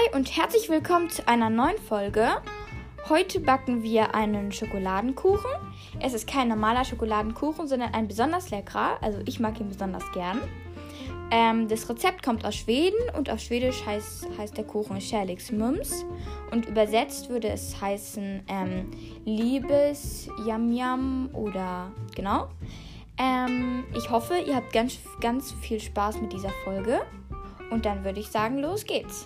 Hi und herzlich willkommen zu einer neuen Folge. Heute backen wir einen Schokoladenkuchen. Es ist kein normaler Schokoladenkuchen, sondern ein besonders leckerer. Also ich mag ihn besonders gern. Das Rezept kommt aus Schweden und auf Schwedisch heißt der Kuchen Kärleksmums. Und übersetzt würde es heißen Liebes Yam Yam oder genau. Ich hoffe, ihr habt ganz viel Spaß mit dieser Folge. Und dann würde ich sagen, los geht's.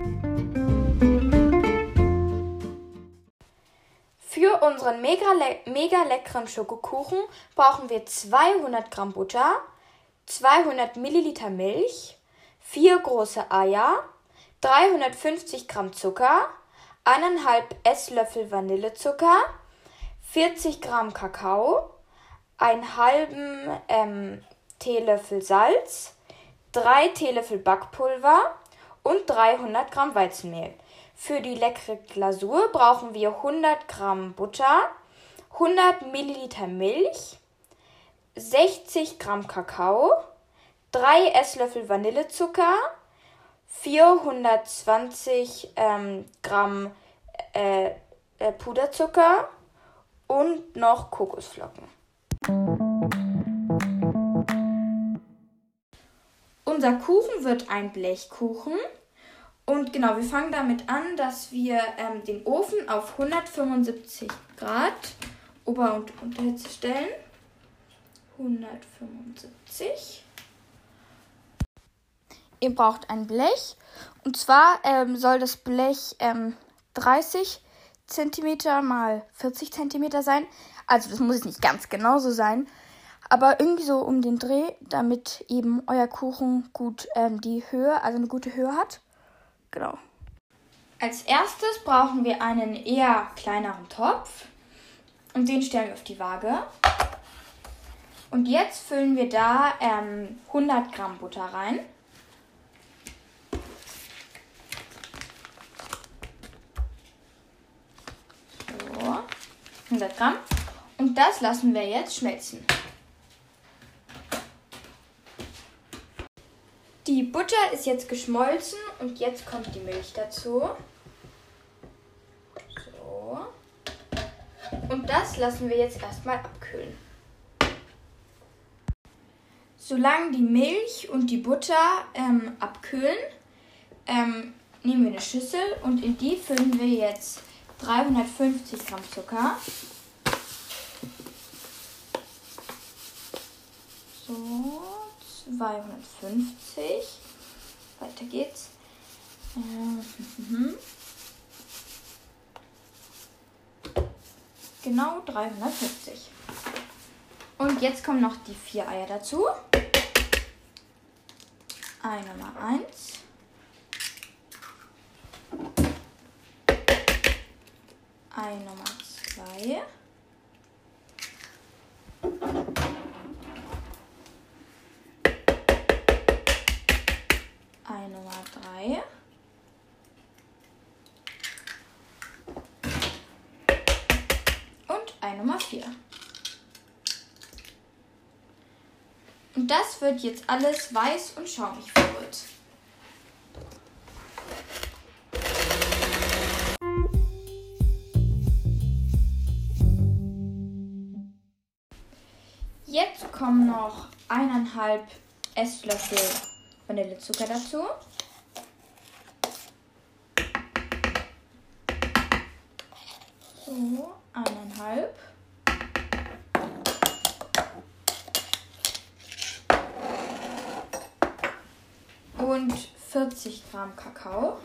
Für unseren mega leckeren Schokokuchen brauchen wir 200 Gramm Butter, 200 Milliliter Milch, 4 große Eier, 350 Gramm Zucker, 1,5 Esslöffel Vanillezucker, 40 Gramm Kakao, einen halben Teelöffel Salz, 3 Teelöffel Backpulver und 300 Gramm Weizenmehl. Für die leckere Glasur brauchen wir 100 Gramm Butter, 100 Milliliter Milch, 60 Gramm Kakao, 3 Esslöffel Vanillezucker, 420 Gramm Puderzucker und noch Kokosflocken. Unser Kuchen wird ein Blechkuchen. Und genau, wir fangen damit an, dass wir den Ofen auf 175 Grad Ober- und Unterhitze stellen. 175. Ihr braucht ein Blech. Und zwar soll das Blech 30 cm mal 40 cm sein. Also das muss nicht ganz genau so sein. Aber irgendwie so um den Dreh, damit eben euer Kuchen gut die Höhe, also eine gute Höhe hat. Genau. Als erstes brauchen wir einen eher kleineren Topf und den stellen wir auf die Waage. Und jetzt füllen wir da 100 Gramm Butter rein. So, 100 Gramm. Und das lassen wir jetzt schmelzen. Die Butter ist jetzt geschmolzen und jetzt kommt die Milch dazu. So. Und das lassen wir jetzt erstmal abkühlen. Solange die Milch und die Butter abkühlen, nehmen wir eine Schüssel und in die füllen wir jetzt 350 Gramm Zucker. So. 250. Weiter geht's. Genau 350. Und jetzt kommen noch die 4 Eier dazu. Ei Nummer 1. Ei Nummer 2. Ei Nummer 3. Und Ei Nummer 4. Und das wird jetzt alles weiß und schaumig verrührt. Jetzt kommen noch 1,5 Esslöffel Vanillezucker dazu. So, 1,5. Und 40 Gramm Kakao.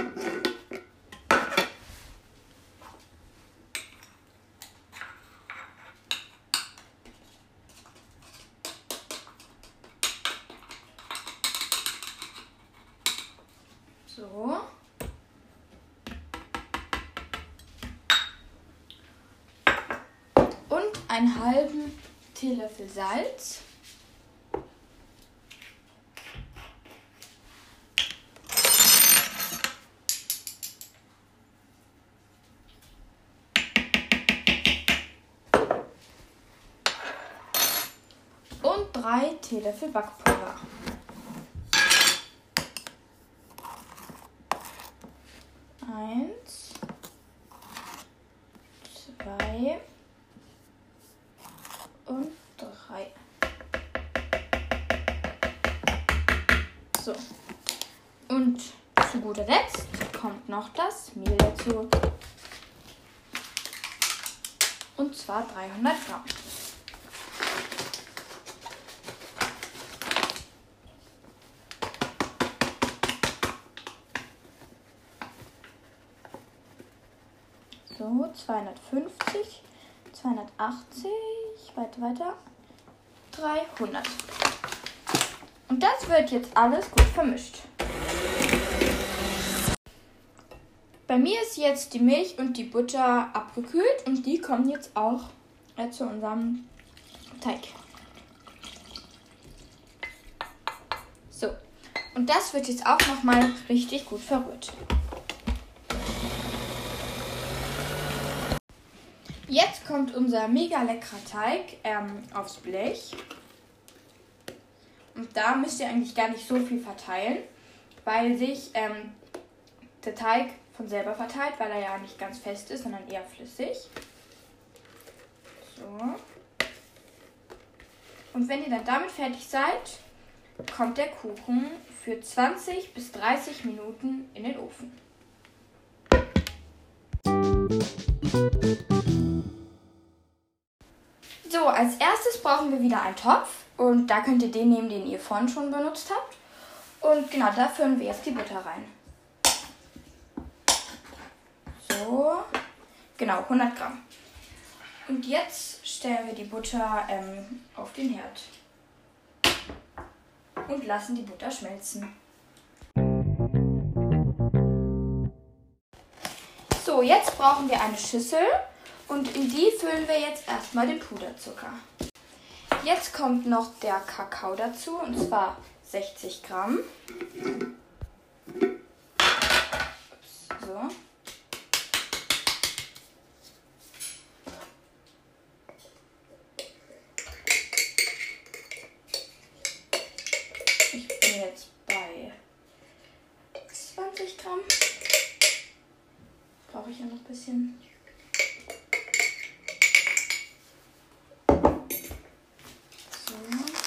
So. Und einen halben Teelöffel Salz. Und 3 Teelöffel Backpulver. 1, 2 und 3. So. Und zu guter Letzt kommt noch das Mehl dazu. Und zwar 300 Gramm. So, 250, 280, weiter, 300. Und das wird jetzt alles gut vermischt. Bei mir ist jetzt die Milch und die Butter abgekühlt und die kommen jetzt auch zu unserem Teig. So, und das wird jetzt auch nochmal richtig gut verrührt. Jetzt kommt unser mega leckerer Teig aufs Blech. Und da müsst ihr eigentlich gar nicht so viel verteilen, weil sich der Teig von selber verteilt, weil er ja nicht ganz fest ist, sondern eher flüssig. So. Und wenn ihr dann damit fertig seid, kommt der Kuchen für 20 bis 30 Minuten in den Ofen. So, als erstes brauchen wir wieder einen Topf und da könnt ihr den nehmen, den ihr vorhin schon benutzt habt. Und genau, da füllen wir jetzt die Butter rein. So, genau, 100 Gramm. Und jetzt stellen wir die Butter auf den Herd und lassen die Butter schmelzen. So, jetzt brauchen wir eine Schüssel und in die füllen wir jetzt erstmal den Puderzucker. Jetzt kommt noch der Kakao dazu und zwar 60 Gramm. So. Ich bin jetzt bei 20 Gramm. Brauche ich ja noch ein bisschen. So.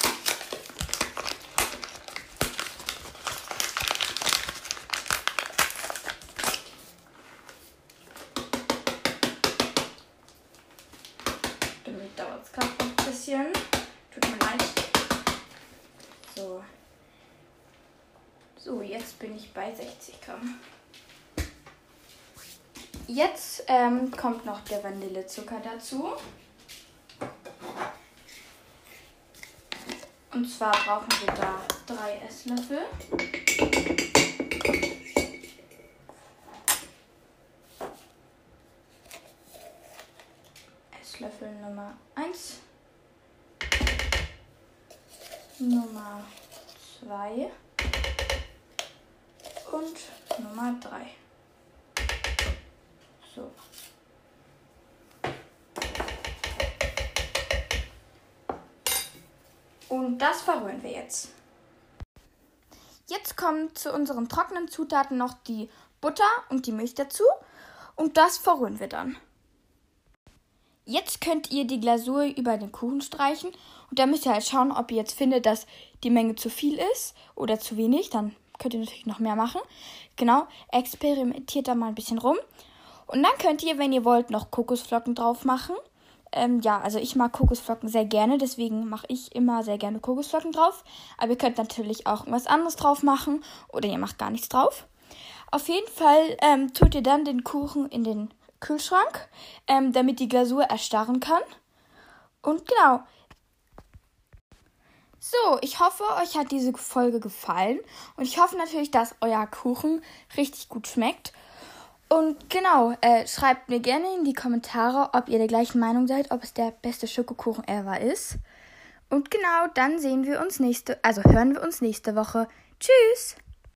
Damit dauert es gerade noch ein bisschen. Tut mir leid. So. So, jetzt bin ich bei 60 Gramm. Jetzt kommt noch der Vanillezucker dazu. Und zwar brauchen wir da 3 Esslöffel. Esslöffel Nummer 1. Nummer 2. Und Nummer 3. So. Und das verrühren wir jetzt. Jetzt kommen zu unseren trockenen Zutaten noch die Butter und die Milch dazu. Und das verrühren wir dann. Jetzt könnt ihr die Glasur über den Kuchen streichen. Und da müsst ihr halt schauen, ob ihr jetzt findet, dass die Menge zu viel ist oder zu wenig. Dann könnt ihr natürlich noch mehr machen. Genau, experimentiert da mal ein bisschen rum. Und dann könnt ihr, wenn ihr wollt, noch Kokosflocken drauf machen. Ja, also ich mag Kokosflocken sehr gerne, deswegen mache ich immer sehr gerne Kokosflocken drauf. Aber ihr könnt natürlich auch was anderes drauf machen oder ihr macht gar nichts drauf. Auf jeden Fall tut ihr dann den Kuchen in den Kühlschrank, damit die Glasur erstarren kann. Und genau. So, ich hoffe, euch hat diese Folge gefallen. Und ich hoffe natürlich, dass euer Kuchen richtig gut schmeckt. Und genau, schreibt mir gerne in die Kommentare, ob ihr der gleichen Meinung seid, ob es der beste Schokokuchen ever ist. Und genau, dann hören wir uns nächste Woche. Tschüss!